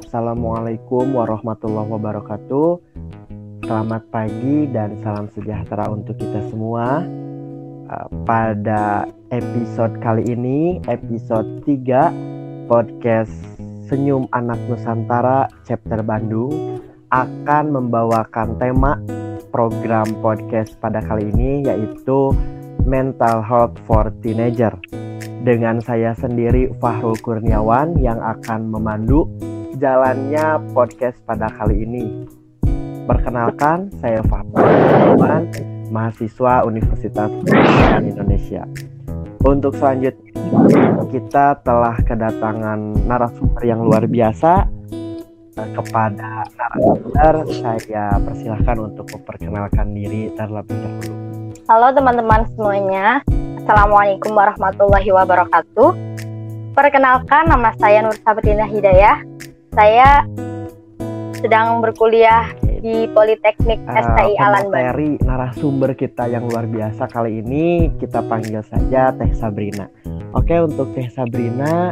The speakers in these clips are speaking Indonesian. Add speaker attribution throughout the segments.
Speaker 1: Assalamualaikum warahmatullahi wabarakatuh. Selamat pagi dan salam sejahtera untuk kita semua. Pada episode kali ini, episode 3 podcast Senyum Anak Nusantara chapter Bandung akan membawakan tema program podcast pada kali ini, yaitu Mental Health for Teenager. Dengan saya sendiri, Fahrul Kurniawan, yang akan memandu jalannya podcast pada kali ini. Perkenalkan, saya Fahrul Kurniawan, mahasiswa Universitas Indonesia. Untuk selanjutnya, kita telah kedatangan narasumber yang luar biasa. Kepada narasumber, saya persilahkan untuk memperkenalkan diri terlebih dahulu.
Speaker 2: Halo teman-teman semuanya. Assalamualaikum warahmatullahi wabarakatuh. Perkenalkan, nama saya Nur Sabrina Hidayah. Saya sedang berkuliah di Politeknik STI Alan Bandung.
Speaker 1: Materi narasumber kita yang luar biasa kali ini kita panggil saja Teh Sabrina. Oke, untuk Teh Sabrina,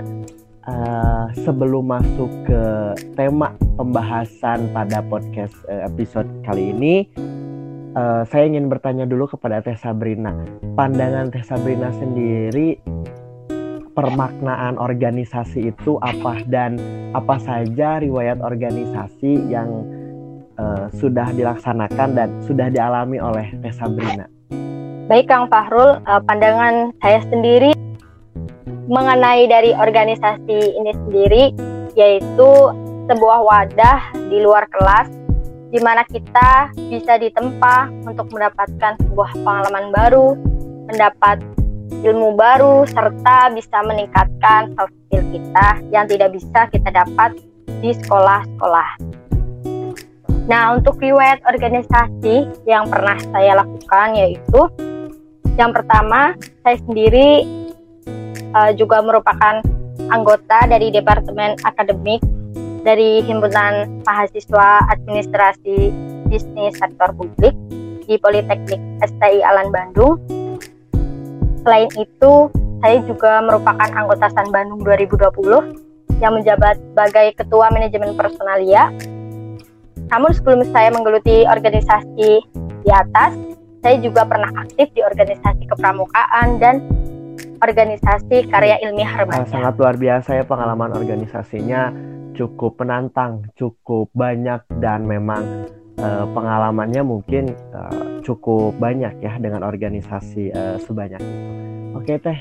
Speaker 1: sebelum masuk ke tema pembahasan pada podcast episode kali ini, saya ingin bertanya dulu kepada Teh Sabrina. Pandangan Teh Sabrina sendiri, permaknaan organisasi itu apa, dan apa saja riwayat organisasi yang sudah dilaksanakan dan sudah dialami oleh Teh Sabrina?
Speaker 2: Baik Kang Fahrul, pandangan saya sendiri mengenai dari organisasi ini sendiri, yaitu sebuah wadah di luar kelas di mana kita bisa ditempa untuk mendapatkan sebuah pengalaman baru, mendapat ilmu baru, serta bisa meningkatkan soft skill kita yang tidak bisa kita dapat di sekolah-sekolah. Nah, untuk riwayat organisasi yang pernah saya lakukan, yaitu yang pertama, saya sendiri juga merupakan anggota dari Departemen Akademik dari Himpunan Mahasiswa Administrasi Bisnis Sektor Publik di Politeknik STI Alan Bandung. Selain itu, saya juga merupakan anggota SAN Bandung 2020 yang menjabat sebagai Ketua Manajemen Personalia. Namun sebelum saya menggeluti organisasi di atas, saya juga pernah aktif di organisasi kepramukaan dan organisasi karya ilmiah remaja.
Speaker 1: Sangat luar biasa ya, pengalaman organisasinya cukup menantang, cukup banyak, dan memang pengalamannya mungkin cukup banyak ya dengan organisasi sebanyak itu. Oke Teh,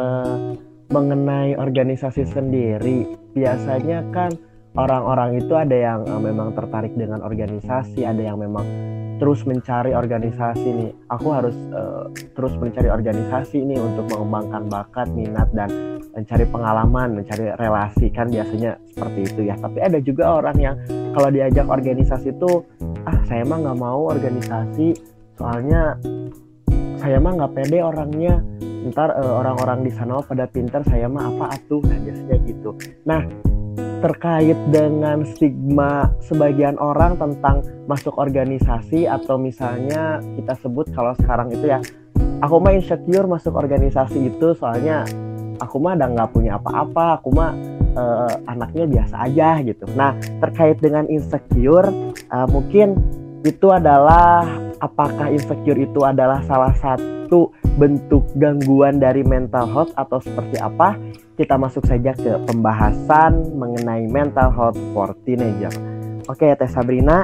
Speaker 1: mengenai organisasi sendiri, biasanya kan orang-orang itu ada yang memang tertarik dengan organisasi, ada yang memang terus mencari organisasi nih. Aku harus terus mencari organisasi nih untuk mengembangkan bakat, minat, dan mencari pengalaman, mencari relasi, kan biasanya seperti itu ya. Tapi ada juga orang yang kalau diajak organisasi itu, saya mah nggak mau organisasi, soalnya saya mah nggak pede orangnya, ntar orang-orang di sana pada pintar, saya mah apa atuh. Nah, biasanya gitu. Nah, terkait dengan stigma sebagian orang tentang masuk organisasi, atau misalnya kita sebut kalau sekarang itu ya, aku mah insecure masuk organisasi itu, soalnya aku mah udah nggak punya apa-apa, aku mah anaknya biasa aja gitu. Nah, terkait dengan insecure, mungkin itu adalah, apakah insecure itu adalah salah satu bentuk gangguan dari mental health atau seperti apa? Kita masuk saja ke pembahasan mengenai mental health for teenager. Oke, Teh Sabrina,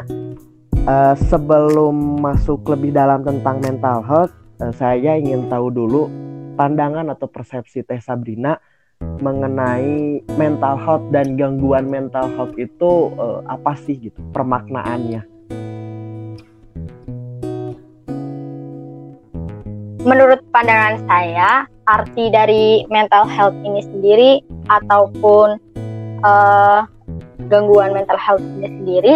Speaker 1: sebelum masuk lebih dalam tentang mental health, saya ingin tahu dulu pandangan atau persepsi Teh Sabrina mengenai mental health dan gangguan mental health itu apa sih gitu, permaknaannya?
Speaker 2: Menurut pandangan saya, arti dari mental health ini sendiri ataupun gangguan mental health ini sendiri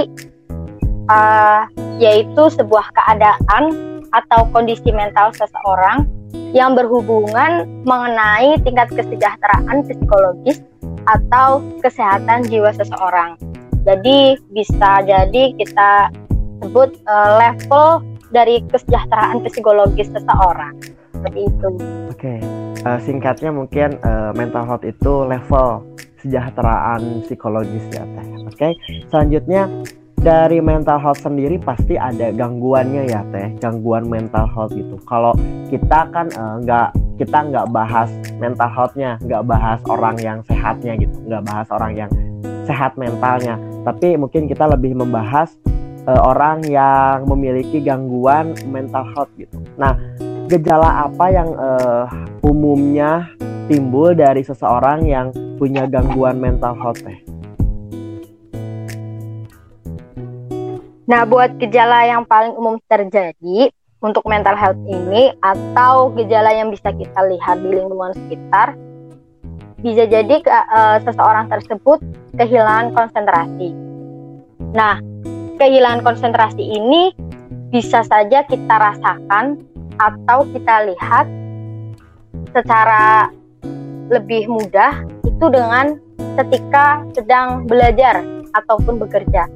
Speaker 2: yaitu sebuah keadaan atau kondisi mental seseorang yang berhubungan mengenai tingkat kesejahteraan psikologis atau kesehatan jiwa seseorang. Jadi bisa jadi kita sebut level dari kesejahteraan psikologis seseorang, seperti itu.
Speaker 1: Oke, singkatnya mungkin mental health itu level kesejahteraan psikologis ya Teh. Oke, selanjutnya dari mental health sendiri pasti ada gangguannya ya Teh, gangguan mental health gitu. Kalau kita kan kita nggak bahas mental health-nya, nggak bahas orang yang sehatnya gitu, nggak bahas orang yang sehat mentalnya, tapi mungkin kita lebih membahas orang yang memiliki gangguan mental health gitu. Nah, gejala apa yang umumnya timbul dari seseorang yang punya gangguan mental health Teh?
Speaker 2: Nah, buat gejala yang paling umum terjadi untuk mental health ini atau gejala yang bisa kita lihat di lingkungan sekitar, bisa jadi seseorang tersebut kehilangan konsentrasi. Nah, kehilangan konsentrasi ini bisa saja kita rasakan atau kita lihat secara lebih mudah itu dengan ketika sedang belajar ataupun bekerja.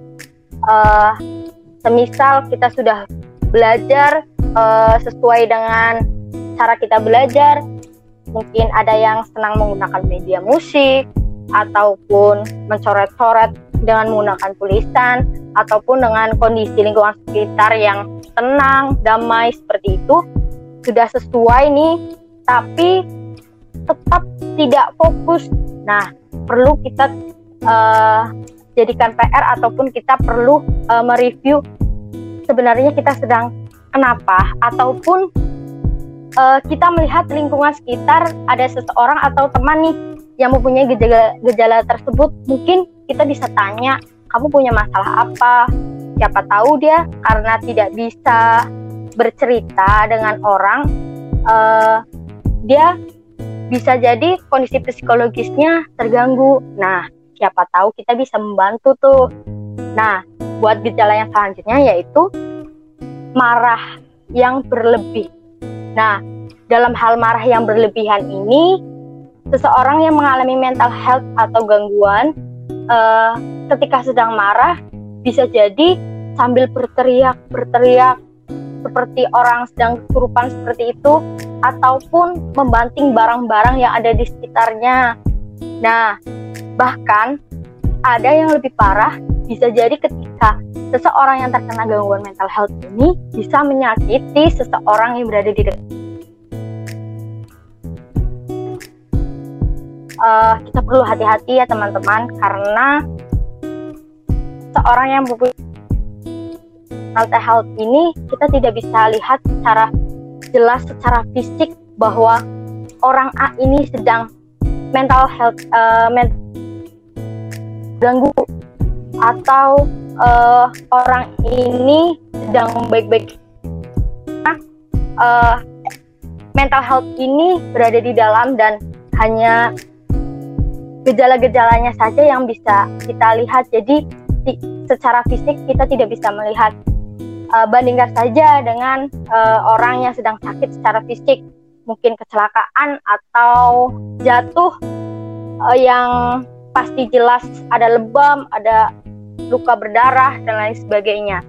Speaker 2: Semisal kita sudah belajar sesuai dengan cara kita belajar, mungkin ada yang senang menggunakan media musik ataupun mencoret-coret dengan menggunakan tulisan ataupun dengan kondisi lingkungan sekitar yang tenang, damai seperti itu, sudah sesuai nih, tapi tetap tidak fokus. Nah, perlu kita jadikan PR ataupun kita perlu mereview sebenarnya kita sedang kenapa, ataupun kita melihat lingkungan sekitar ada seseorang atau teman nih yang mempunyai gejala tersebut. Mungkin kita bisa tanya, kamu punya masalah apa? Siapa tahu dia karena tidak bisa bercerita dengan orang, dia bisa jadi kondisi psikologisnya terganggu. Nah, siapa tahu kita bisa membantu tuh. Nah, buat gejala yang selanjutnya yaitu marah yang berlebih. Nah, dalam hal marah yang berlebihan ini, seseorang yang mengalami mental health atau gangguan ketika sedang marah bisa jadi sambil berteriak seperti orang sedang kesurupan seperti itu, ataupun membanting barang-barang yang ada di sekitarnya. Nah, bahkan ada yang lebih parah, bisa jadi ketika seseorang yang terkena gangguan mental health ini bisa menyakiti seseorang yang berada di dekat. Kita perlu hati-hati ya teman-teman, karena seorang yang mempunyai mental health ini kita tidak bisa lihat secara jelas secara fisik bahwa orang A ini sedang mental health ganggu atau orang ini sedang baik-baik. Mental health ini berada di dalam dan hanya gejala-gejalanya saja yang bisa kita lihat. Jadi secara fisik kita tidak bisa melihat. Bandingkan saja dengan orang yang sedang sakit secara fisik, mungkin kecelakaan atau jatuh yang pasti jelas ada lebam, ada luka berdarah dan lain sebagainya.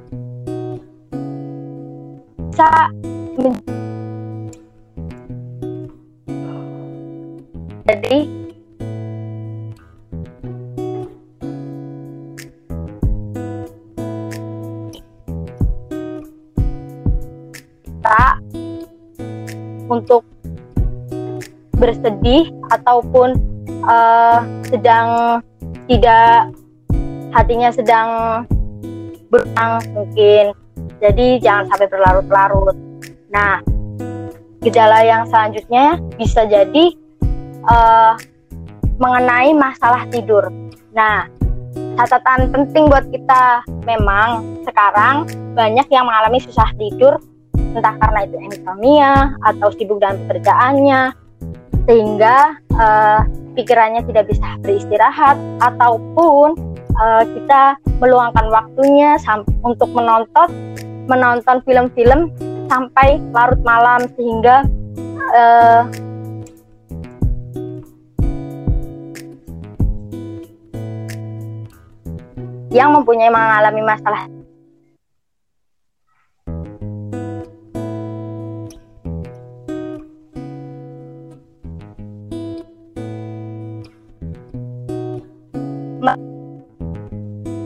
Speaker 2: Jadi kita untuk bersedih ataupun sedang tidak, hatinya sedang berang mungkin, jadi jangan sampai berlarut-larut. Nah, gejala yang selanjutnya bisa jadi mengenai masalah tidur. Nah, catatan penting buat kita, memang sekarang banyak yang mengalami susah tidur, entah karena itu insomnia atau sibuk dengan pekerjaannya, sehingga pikirannya tidak bisa beristirahat, ataupun kita meluangkan waktunya untuk menonton film-film sampai larut malam, sehingga yang mempunyai mengalami masalah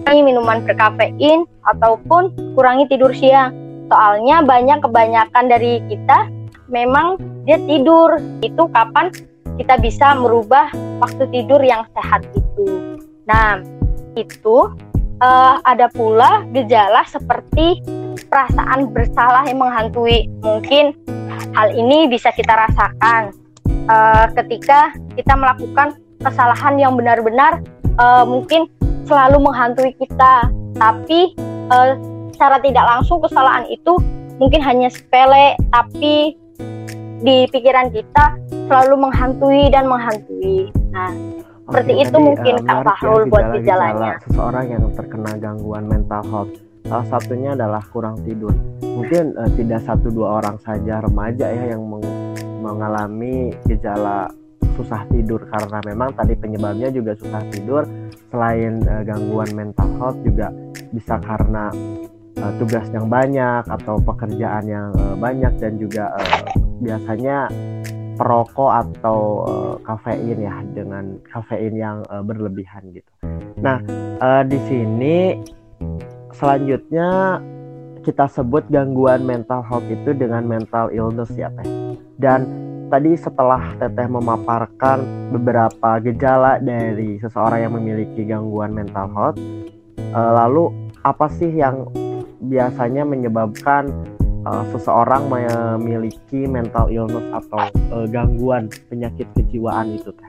Speaker 2: minuman berkafein ataupun kurangi tidur siang. Soalnya kebanyakan dari kita memang dia tidur. Itu kapan kita bisa merubah waktu tidur yang sehat itu. Nah, itu ada pula gejala seperti perasaan bersalah yang menghantui. Mungkin hal ini bisa kita rasakan ketika kita melakukan kesalahan yang benar-benar mungkin selalu menghantui kita, tapi secara tidak langsung kesalahan itu mungkin hanya sepele, tapi di pikiran kita selalu menghantui dan menghantui. Nah, seperti itu mungkin Kak Fahrul buat gejalanya.
Speaker 1: Seseorang yang terkena gangguan mental health, salah satunya adalah kurang tidur. Mungkin tidak 1-2 orang saja remaja ya yang mengalami gejala susah tidur, karena memang tadi penyebabnya juga susah tidur. Selain gangguan mental health juga bisa karena tugas yang banyak atau pekerjaan yang banyak, dan juga biasanya perokok atau kafein ya, dengan kafein yang berlebihan gitu. Nah, di sini selanjutnya kita sebut gangguan mental health itu dengan mental illness ya Teh. Dan tadi setelah Teteh memaparkan beberapa gejala dari seseorang yang memiliki gangguan mental health, lalu apa sih yang biasanya menyebabkan seseorang memiliki mental illness atau gangguan penyakit kejiwaan itu Teh?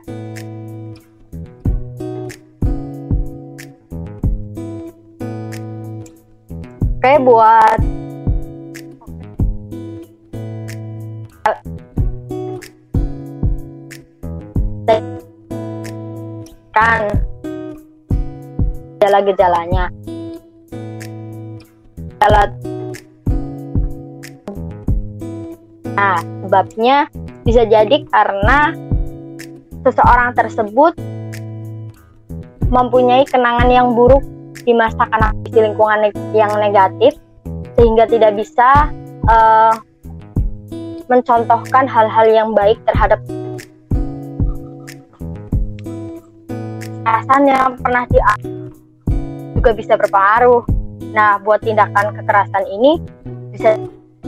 Speaker 2: Oke, buat kan gejala-gejalanya. Nah, sebabnya bisa jadi karena seseorang tersebut mempunyai kenangan yang buruk di masa kanak-kanak di lingkungan yang negatif, sehingga tidak bisa mencontohkan hal-hal yang baik terhadap kekerasan yang pernah juga bisa berpengaruh. Nah, buat tindakan kekerasan ini bisa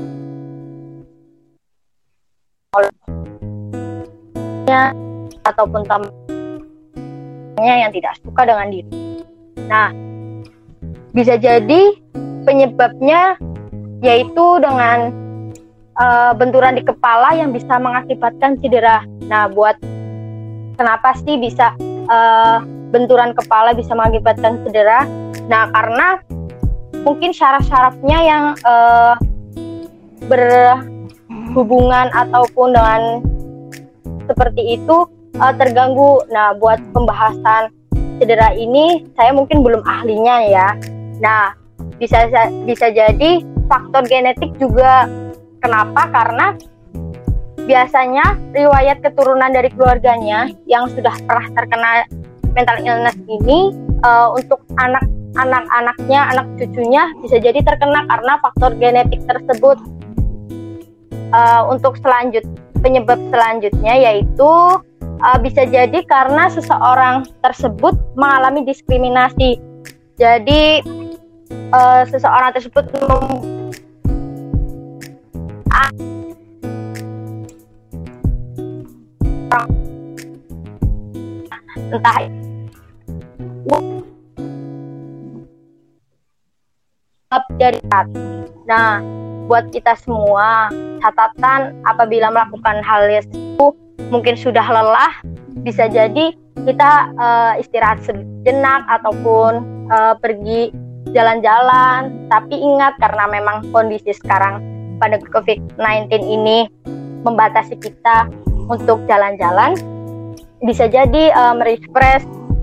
Speaker 2: ataupun temannya yang tidak suka dengan diri. Nah, bisa jadi penyebabnya yaitu dengan benturan di kepala yang bisa mengakibatkan cedera. Nah, buat kenapa sih bisa benturan kepala bisa mengakibatkan cedera? Nah, karena mungkin syaraf-syarafnya yang berhubungan ataupun dengan seperti itu terganggu. Nah, buat pembahasan cedera ini saya mungkin belum ahlinya ya. Nah, bisa jadi faktor genetik juga. Kenapa? Karena biasanya riwayat keturunan dari keluarganya yang sudah pernah terkena mental illness ini untuk anak-anaknya, anak cucunya bisa jadi terkena karena faktor genetik tersebut. Untuk penyebab selanjutnya yaitu bisa jadi karena seseorang tersebut mengalami diskriminasi. Jadi seseorang tersebut entah dari. Nah, buat kita semua, catatan apabila melakukan hal itu mungkin sudah lelah, bisa jadi kita istirahat sejenak ataupun pergi jalan-jalan. Tapi ingat, karena memang kondisi sekarang pada COVID-19 ini membatasi kita untuk jalan-jalan, bisa jadi merefresh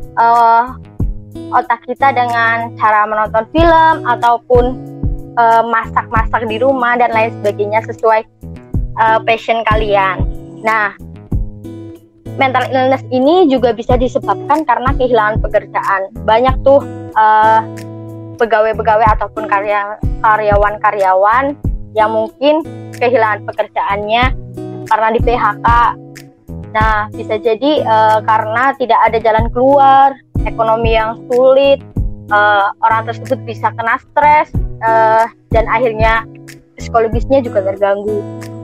Speaker 2: otak kita dengan cara menonton film ataupun masak-masak di rumah dan lain sebagainya sesuai passion kalian. Nah, mental illness ini juga bisa disebabkan karena kehilangan pekerjaan. Banyak tuh pegawai-pegawai ataupun karyawan-karyawan yang mungkin kehilangan pekerjaannya karena di PHK. Nah, bisa jadi karena tidak ada jalan keluar, ekonomi yang sulit, orang tersebut bisa kena stres dan akhirnya psikologisnya juga terganggu.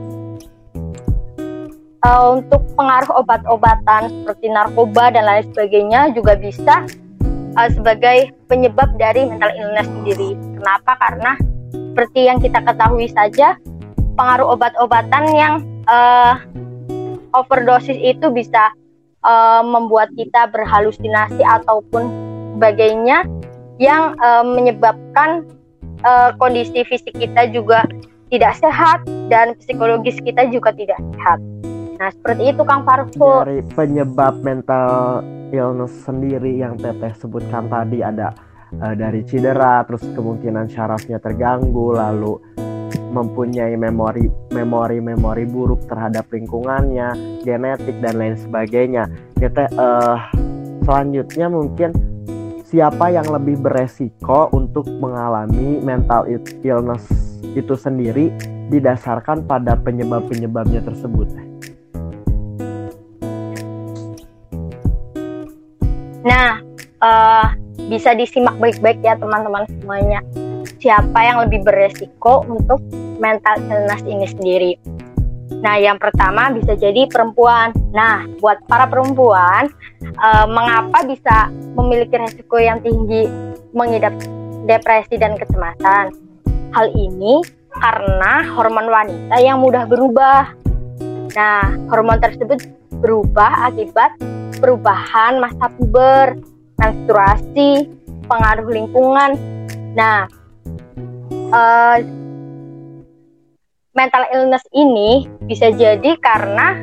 Speaker 2: Untuk pengaruh obat-obatan seperti narkoba dan lain sebagainya juga bisa sebagai penyebab dari mental illness sendiri. Kenapa? Karena seperti yang kita ketahui saja, pengaruh obat-obatan yang overdosis itu bisa membuat kita berhalusinasi ataupun sebagainya yang menyebabkan kondisi fisik kita juga tidak sehat dan psikologis kita juga tidak sehat. Nah, seperti itu Kang Farul.
Speaker 1: Dari penyebab mental illness sendiri yang Teteh sebutkan tadi ada dari cedera, terus kemungkinan syarafnya terganggu, lalu mempunyai memori buruk terhadap lingkungannya, genetik dan lain sebagainya. Kita selanjutnya mungkin siapa yang lebih beresiko untuk mengalami mental illness itu sendiri didasarkan pada penyebab-penyebabnya tersebut.
Speaker 2: Nah, bisa disimak baik-baik ya teman-teman semuanya. Siapa yang lebih beresiko untuk mental illness ini sendiri? Nah, yang pertama bisa jadi perempuan. Nah, buat para perempuan, mengapa bisa memiliki resiko yang tinggi mengidap depresi dan kecemasan? Hal ini karena hormon wanita yang mudah berubah. Nah, hormon tersebut berubah akibat perubahan masa puber, menstruasi, pengaruh lingkungan. Nah, mental illness ini bisa jadi karena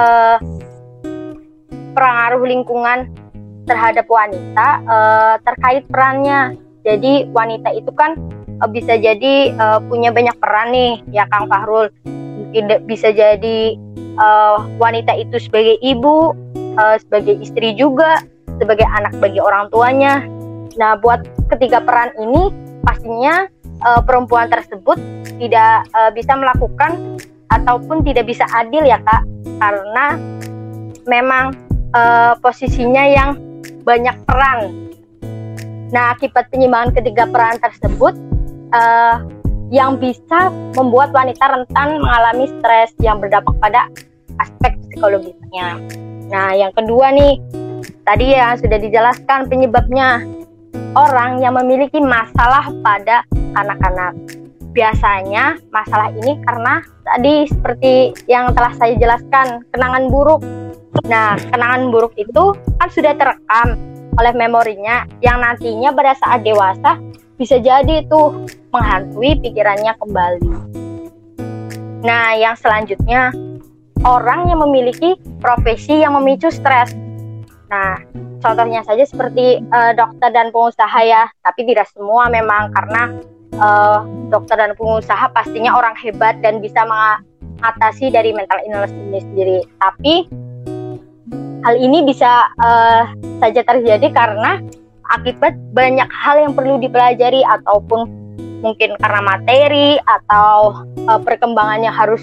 Speaker 2: pengaruh lingkungan terhadap wanita terkait perannya. Jadi wanita itu kan bisa jadi punya banyak peran nih ya Kang Fahrul. Mungkin bisa jadi wanita itu sebagai ibu, sebagai istri juga, sebagai anak bagi orang tuanya. Nah, buat ketiga peran ini pastinya perempuan tersebut tidak bisa melakukan ataupun tidak bisa adil ya Kak, karena memang posisinya yang banyak peran. Nah, akibat penyimbangan ketiga peran tersebut yang bisa membuat wanita rentan mengalami stres yang berdampak pada aspek psikologisnya. Nah, yang kedua nih, tadi ya sudah dijelaskan penyebabnya. Orang yang memiliki masalah pada anak-anak. Biasanya masalah ini karena tadi seperti yang telah saya jelaskan, kenangan buruk. Nah, kenangan buruk itu kan sudah terekam oleh memorinya yang nantinya pada saat dewasa bisa jadi itu menghantui pikirannya kembali. Nah, yang selanjutnya, orang yang memiliki profesi yang memicu stres. Nah, contohnya saja seperti dokter dan pengusaha ya, tapi tidak semua memang, karena dokter dan pengusaha pastinya orang hebat dan bisa mengatasi dari mental illness ini sendiri. Tapi hal ini bisa saja terjadi karena akibat banyak hal yang perlu dipelajari ataupun mungkin karena materi atau perkembangannya harus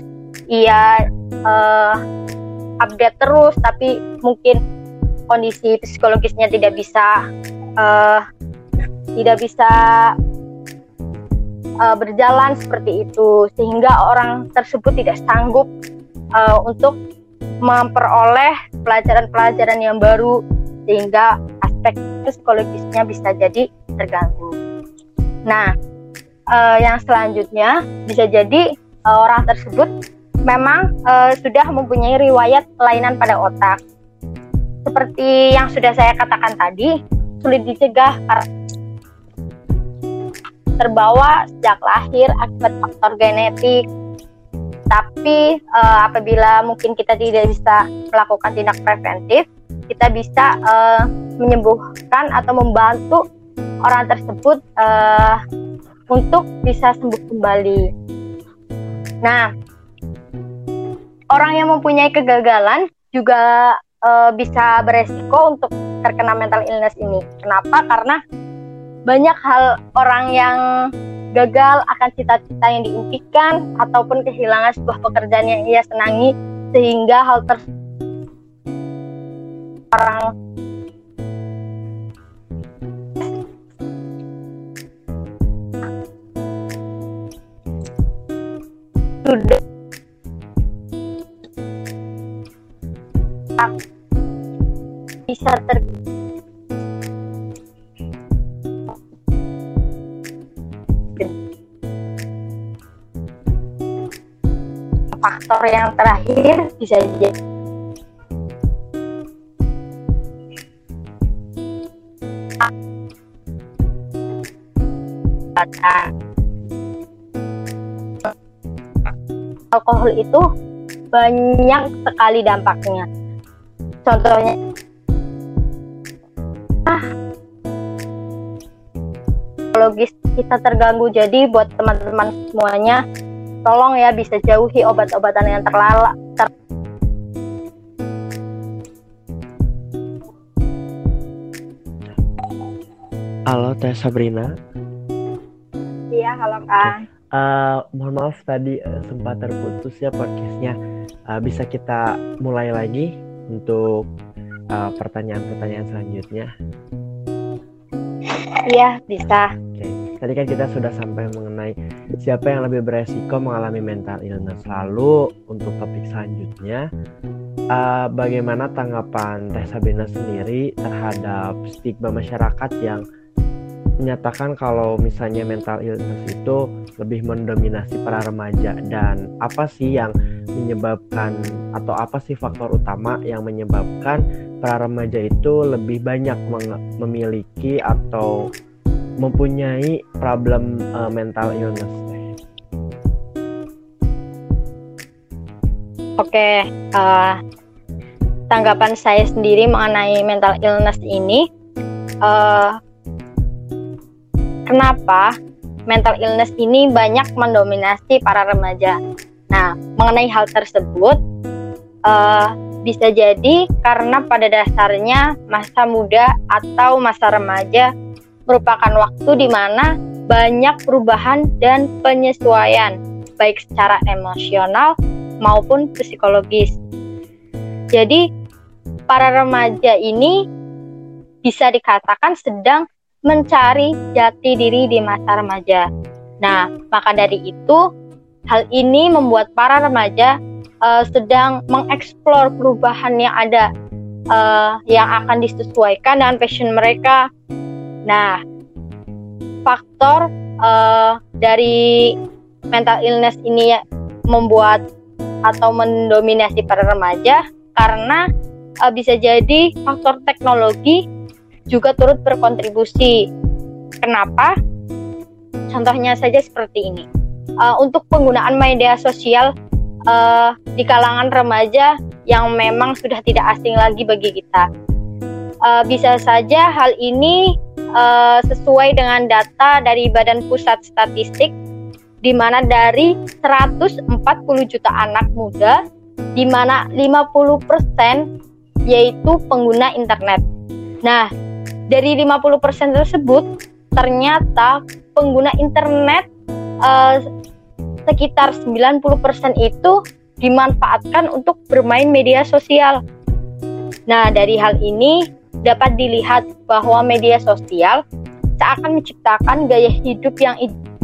Speaker 2: update terus, tapi mungkin kondisi psikologisnya tidak bisa berjalan seperti itu, sehingga orang tersebut tidak sanggup untuk memperoleh pelajaran-pelajaran yang baru, sehingga aspek psikologisnya bisa jadi terganggu. Nah, yang selanjutnya bisa jadi orang tersebut memang sudah mempunyai riwayat kelainan pada otak. Seperti yang sudah saya katakan tadi, sulit dicegah karena terbawa sejak lahir akibat faktor genetik. Tapi apabila mungkin kita tidak bisa melakukan tindak preventif, kita bisa menyembuhkan atau membantu orang tersebut untuk bisa sembuh kembali. Nah, orang yang mempunyai kegagalan juga bisa beresiko untuk terkena mental illness ini. Kenapa? Karena banyak hal orang yang gagal akan cita-cita yang diimpikan ataupun kehilangan sebuah pekerjaan yang ia senangi, sehingga hal tersebut orang sudah bisa faktor yang terakhir bisa jadi alkohol itu banyak sekali dampaknya. Contohnya psikologis kita terganggu. Jadi buat teman-teman semuanya, tolong ya bisa jauhi obat-obatan yang terlarang.
Speaker 1: Halo Teh Sabrina.
Speaker 2: Iya, halo Kak.
Speaker 1: Mohon maaf tadi sempat terputus ya podcastnya. Bisa kita mulai lagi untuk pertanyaan-pertanyaan selanjutnya?
Speaker 2: Iya, bisa.
Speaker 1: Oke. Tadi kan kita sudah sampai mengenai siapa yang lebih beresiko mengalami mental illness. Lalu untuk topik selanjutnya, bagaimana tanggapan Teh Sabrina sendiri terhadap stigma masyarakat yang menyatakan kalau misalnya mental illness itu lebih mendominasi para remaja, dan apa sih yang menyebabkan atau apa sih faktor utama yang menyebabkan para remaja itu lebih banyak memiliki atau mempunyai problem mental illness?
Speaker 2: Oke, tanggapan saya sendiri mengenai mental illness ini, kenapa mental illness ini banyak mendominasi para remaja. Nah, mengenai hal tersebut, bisa jadi karena pada dasarnya masa muda atau masa remaja merupakan waktu di mana banyak perubahan dan penyesuaian, baik secara emosional maupun psikologis. Jadi, para remaja ini bisa dikatakan sedang mencari jati diri di masa remaja. Nah, maka dari itu, hal ini membuat para remaja sedang mengeksplor perubahan yang ada, yang akan disesuaikan dengan passion mereka. Nah, faktor dari mental illness ini membuat atau mendominasi para remaja karena bisa jadi faktor teknologi juga turut berkontribusi. Kenapa? Contohnya saja seperti ini. Untuk penggunaan media sosial di kalangan remaja yang memang sudah tidak asing lagi bagi kita. Bisa saja hal ini sesuai dengan data dari Badan Pusat Statistik, di mana dari 140 juta anak muda, di mana 50% yaitu pengguna internet. Nah, dari 50% tersebut, ternyata pengguna internet sekitar 90% itu dimanfaatkan untuk bermain media sosial. Nah, dari hal ini dapat dilihat bahwa media sosial seakan menciptakan gaya hidup yang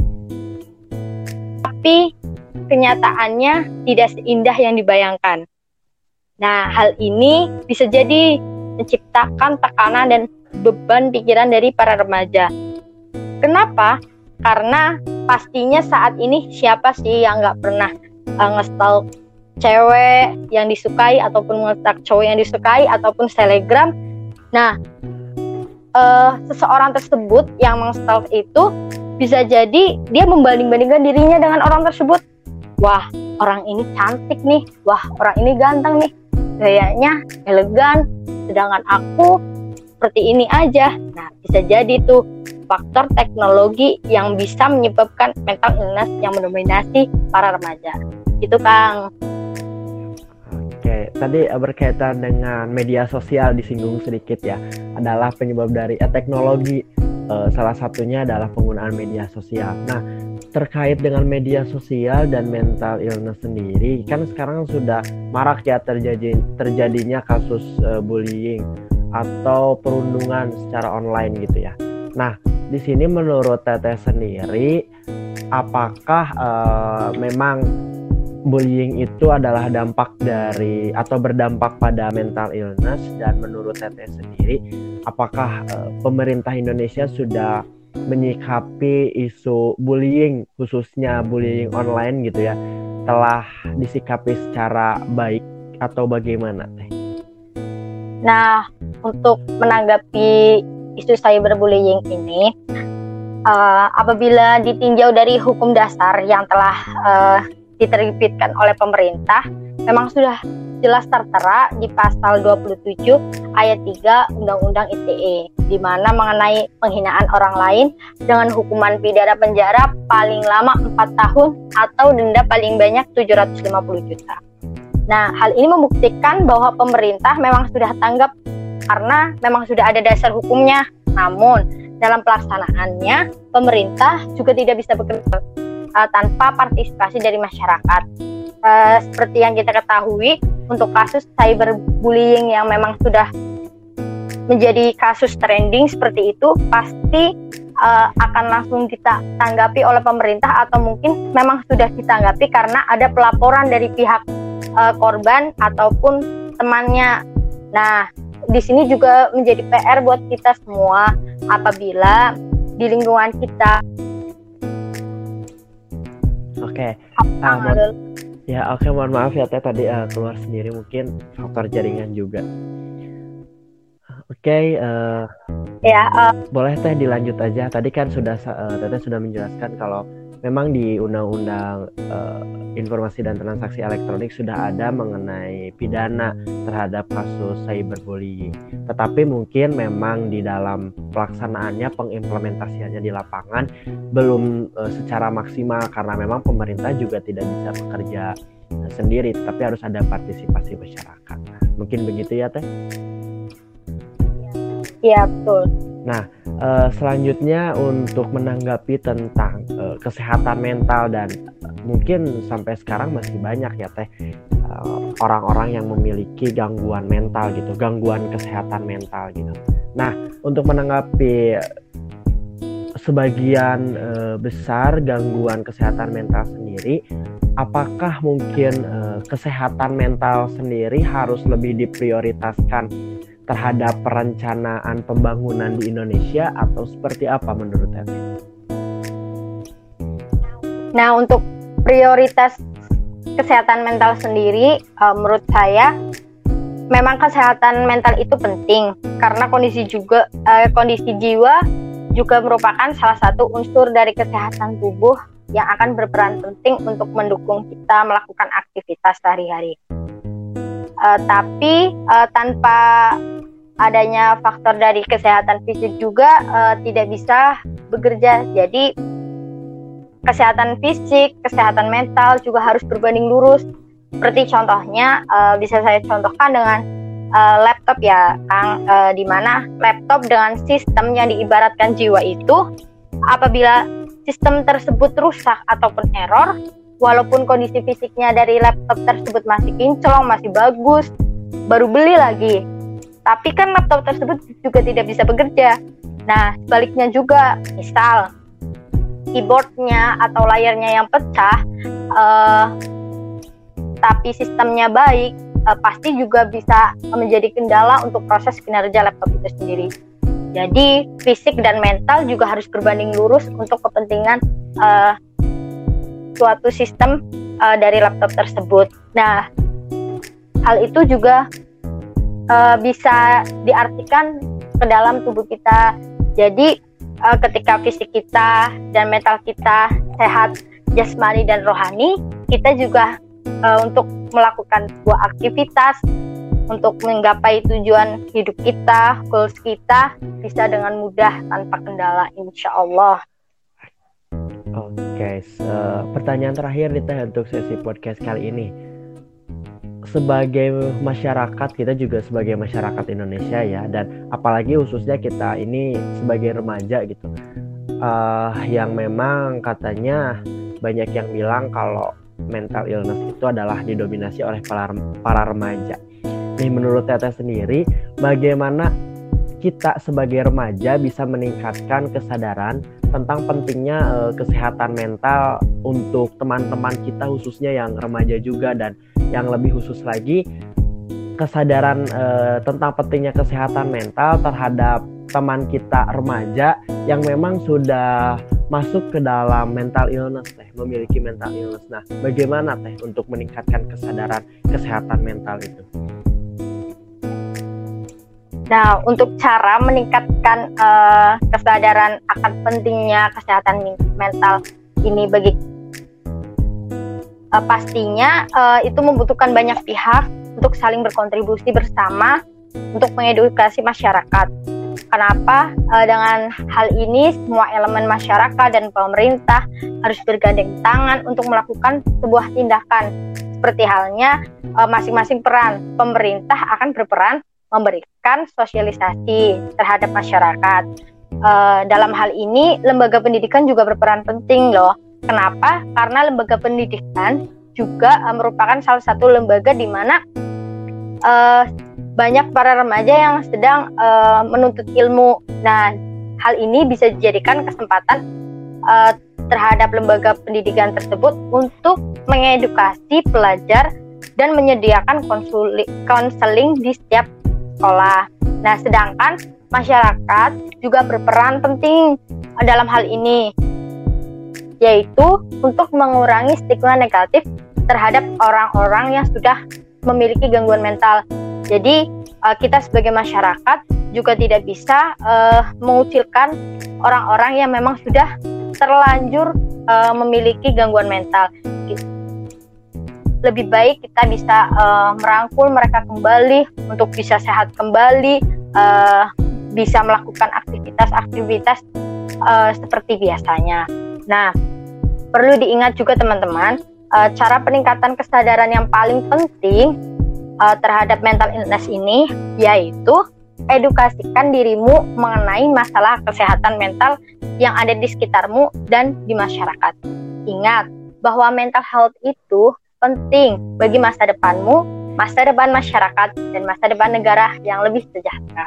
Speaker 2: tapi kenyataannya tidak seindah yang dibayangkan. Nah, hal ini bisa jadi menciptakan tekanan dan beban pikiran dari para remaja. Kenapa? Karena pastinya saat ini siapa sih yang nggak pernah nge-stalk cewek yang disukai ataupun nge-stalk cowok yang disukai ataupun selebgram. Nah, seseorang tersebut yang meng-stalk itu bisa jadi dia membanding-bandingkan dirinya dengan orang tersebut. Wah, orang ini cantik nih. Wah, orang ini ganteng nih. Gayanya elegan. Sedangkan aku seperti ini aja. Nah, bisa jadi tuh faktor teknologi yang bisa menyebabkan mental illness yang mendominasi para remaja. Gitu, Kang.
Speaker 1: Oke, tadi berkaitan dengan media sosial disinggung sedikit ya. Adalah penyebab dari teknologi. Salah satunya adalah penggunaan media sosial. Nah, terkait dengan media sosial dan mental illness sendiri, kan sekarang sudah marak ya terjadinya kasus bullying atau perundungan secara online gitu ya. Nah, di sini menurut Teteh sendiri, apakah memang bullying itu adalah dampak dari atau berdampak pada mental illness, dan menurut Teteh sendiri apakah pemerintah Indonesia sudah menyikapi isu bullying, khususnya bullying online gitu ya, telah disikapi secara baik atau bagaimana Teh?
Speaker 2: Nah, untuk menanggapi isu cyberbullying ini, apabila ditinjau dari hukum dasar yang telah diterbitkan oleh pemerintah, memang sudah jelas tertera di pasal 27 ayat 3 Undang-Undang ITE, di mana mengenai penghinaan orang lain dengan hukuman pidana penjara paling lama 4 tahun atau denda paling banyak 750 juta. Nah, hal ini membuktikan bahwa pemerintah memang sudah tanggap karena memang sudah ada dasar hukumnya. Namun, dalam pelaksanaannya, pemerintah juga tidak bisa bekerja tanpa partisipasi dari masyarakat. Seperti yang kita ketahui, untuk kasus cyberbullying yang memang sudah menjadi kasus trending seperti itu, pasti akan langsung kita tanggapi oleh pemerintah, atau mungkin memang sudah ditanggapi karena ada pelaporan dari pihak korban ataupun temannya. Nah, di sini juga menjadi PR buat kita semua apabila di lingkungan kita.
Speaker 1: Oke, mohon maaf ya Teh, tadi keluar sendiri, mungkin faktor jaringan juga. Oke, boleh Teh dilanjut aja. Tadi kan Teteh sudah menjelaskan kalau memang di Undang-Undang Informasi dan Transaksi Elektronik sudah ada mengenai pidana terhadap kasus cyberbullying. Tetapi mungkin memang di dalam pelaksanaannya, pengimplementasiannya di lapangan belum secara maksimal, karena memang pemerintah juga tidak bisa bekerja sendiri, tetapi harus ada partisipasi masyarakat. Mungkin begitu ya Teh?
Speaker 2: Iya, betul.
Speaker 1: Nah, selanjutnya untuk menanggapi tentang kesehatan mental, dan mungkin sampai sekarang masih banyak ya Teh orang-orang yang memiliki gangguan mental gitu, gangguan kesehatan mental gitu. Nah, untuk menanggapi sebagian besar gangguan kesehatan mental sendiri, apakah mungkin kesehatan mental sendiri harus lebih diprioritaskan terhadap perencanaan pembangunan di Indonesia, atau seperti apa menurut Teteh?
Speaker 2: Nah, untuk prioritas kesehatan mental sendiri, menurut saya memang kesehatan mental itu penting karena kondisi jiwa juga merupakan salah satu unsur dari kesehatan tubuh yang akan berperan penting untuk mendukung kita melakukan aktivitas sehari-hari. Tapi tanpa adanya faktor dari kesehatan fisik juga tidak bisa bekerja. Jadi kesehatan fisik, kesehatan mental juga harus berbanding lurus. Seperti contohnya bisa saya contohkan dengan laptop ya Kang, di mana laptop dengan sistem yang diibaratkan jiwa itu, apabila sistem tersebut rusak ataupun error, walaupun kondisi fisiknya dari laptop tersebut masih kinclong, masih bagus, baru beli lagi, tapi kan laptop tersebut juga tidak bisa bekerja. Nah, sebaliknya juga, misal keyboardnya atau layarnya yang pecah, tapi sistemnya baik, pasti juga bisa menjadi kendala untuk proses kinerja laptop itu sendiri. Jadi fisik dan mental juga harus berbanding lurus untuk kepentingan suatu sistem dari laptop tersebut. Nah, hal itu juga bisa diartikan ke dalam tubuh kita. Jadi ketika fisik kita dan mental kita sehat jasmani dan rohani, kita juga untuk melakukan sebuah aktivitas untuk menggapai tujuan hidup kita, goals kita, bisa dengan mudah tanpa kendala, insya Allah.
Speaker 1: Oke, pertanyaan terakhir nih Teh untuk sesi podcast kali ini. Sebagai masyarakat, kita juga sebagai masyarakat Indonesia ya, dan apalagi khususnya kita ini sebagai remaja gitu, yang memang katanya banyak yang bilang kalau mental illness itu adalah didominasi oleh para remaja. Nih, menurut Teteh sendiri, bagaimana kita sebagai remaja bisa meningkatkan kesadaran tentang pentingnya kesehatan mental untuk teman-teman kita khususnya yang remaja juga, dan yang lebih khusus lagi kesadaran tentang pentingnya kesehatan mental terhadap teman kita remaja yang memang sudah masuk ke dalam mental illness teh, memiliki mental illness. Nah, bagaimana teh untuk meningkatkan kesadaran kesehatan mental itu?
Speaker 2: Nah, untuk cara meningkatkan kesadaran akan pentingnya kesehatan mental ini bagi pastinya itu membutuhkan banyak pihak untuk saling berkontribusi bersama untuk mengedukasi masyarakat. Kenapa? Dengan hal ini semua elemen masyarakat dan pemerintah harus bergandeng tangan untuk melakukan sebuah tindakan. Seperti halnya masing-masing peran. Pemerintah akan berperan memberikan sosialisasi terhadap masyarakat. Dalam hal ini lembaga pendidikan juga berperan penting loh. Kenapa? Karena lembaga pendidikan juga merupakan salah satu lembaga di mana banyak para remaja yang sedang menuntut ilmu. Nah, hal ini bisa dijadikan kesempatan terhadap lembaga pendidikan tersebut untuk mengedukasi pelajar dan menyediakan konseling di setiap sekolah. Nah, sedangkan masyarakat juga berperan penting dalam hal ini, yaitu untuk mengurangi stigma negatif terhadap orang-orang yang sudah memiliki gangguan mental. Jadi kita sebagai masyarakat juga tidak bisa mengucilkan orang-orang yang memang sudah terlanjur memiliki gangguan mental. Lebih baik kita bisa merangkul mereka kembali untuk bisa sehat kembali, bisa melakukan aktivitas-aktivitas seperti biasanya. Nah, perlu diingat juga teman-teman, cara peningkatan kesadaran yang paling penting terhadap mental illness ini yaitu edukasikan dirimu mengenai masalah kesehatan mental yang ada di sekitarmu dan di masyarakat. Ingat bahwa mental health itu penting bagi masa depanmu, masa depan masyarakat, dan masa depan negara yang lebih sejahtera.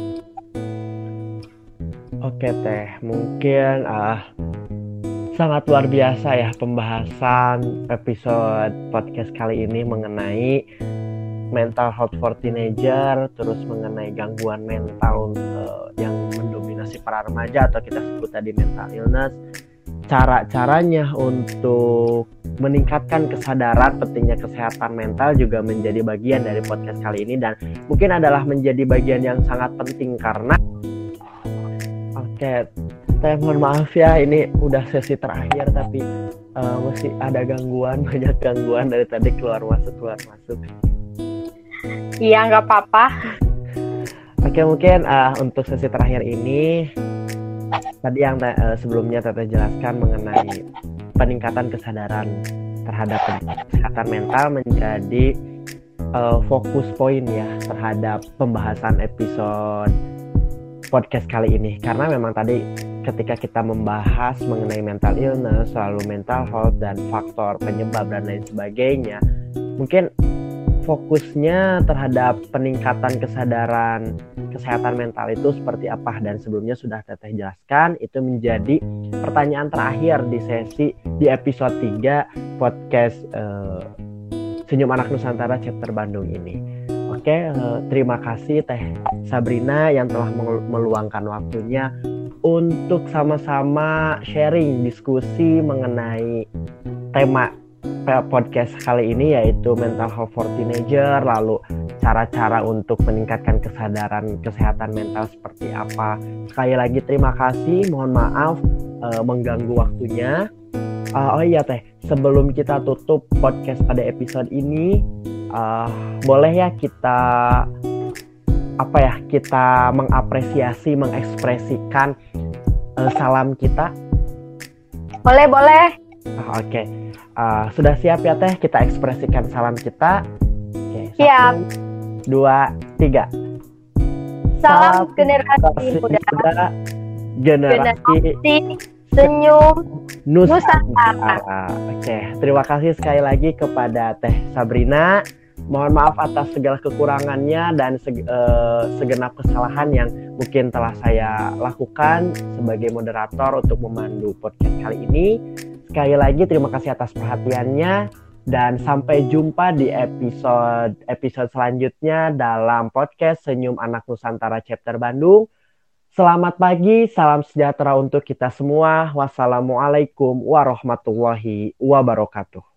Speaker 1: Oke teh, mungkin sangat luar biasa ya pembahasan episode podcast kali ini mengenai mental health for teenager, terus mengenai gangguan mental yang mendominasi para remaja atau kita sebut tadi mental illness, cara-caranya untuk meningkatkan kesadaran pentingnya kesehatan mental juga menjadi bagian dari podcast kali ini, dan mungkin adalah menjadi bagian yang sangat penting karena saya mohon maaf ya, ini udah sesi terakhir tapi masih ada gangguan, banyak gangguan dari tadi keluar masuk.
Speaker 2: Iya, nggak apa-apa.
Speaker 1: Oke, mungkin untuk sesi terakhir ini tadi yang sebelumnya Teteh jelaskan mengenai peningkatan kesadaran terhadap kesehatan mental menjadi fokus poin ya terhadap pembahasan episode podcast kali ini, karena memang tadi ketika kita membahas mengenai mental illness, selalu mental health dan faktor penyebab dan lain sebagainya, mungkin fokusnya terhadap peningkatan kesadaran kesehatan mental itu seperti apa, dan sebelumnya sudah Teteh jelaskan itu menjadi pertanyaan terakhir di sesi di episode 3 podcast Senyum Anak Nusantara chapter Bandung ini. Oke, terima kasih Teh Sabrina yang telah meluangkan waktunya untuk sama-sama sharing diskusi mengenai tema podcast kali ini, yaitu mental health for teenager, lalu cara-cara untuk meningkatkan kesadaran kesehatan mental seperti apa. Sekali lagi terima kasih, mohon maaf mengganggu waktunya. Oh iya Teh, sebelum kita tutup podcast pada episode ini, boleh ya kita mengapresiasi, mengekspresikan salam kita?
Speaker 2: Boleh.
Speaker 1: Oke. Sudah siap ya Teh, kita ekspresikan salam kita? Oke,
Speaker 2: siap.
Speaker 1: 1, 2, 3.
Speaker 2: Salam generasi muda,
Speaker 1: generasi
Speaker 2: senyum Nusantara.
Speaker 1: Oke, terima kasih sekali lagi kepada Teh Sabrina. Mohon maaf atas segala kekurangannya dan segenap kesalahan yang mungkin telah saya lakukan sebagai moderator untuk memandu podcast kali ini. Sekali lagi terima kasih atas perhatiannya dan sampai jumpa di episode selanjutnya dalam podcast Senyum Anak Nusantara Chapter Bandung. Selamat pagi, salam sejahtera untuk kita semua. Wassalamualaikum warahmatullahi wabarakatuh.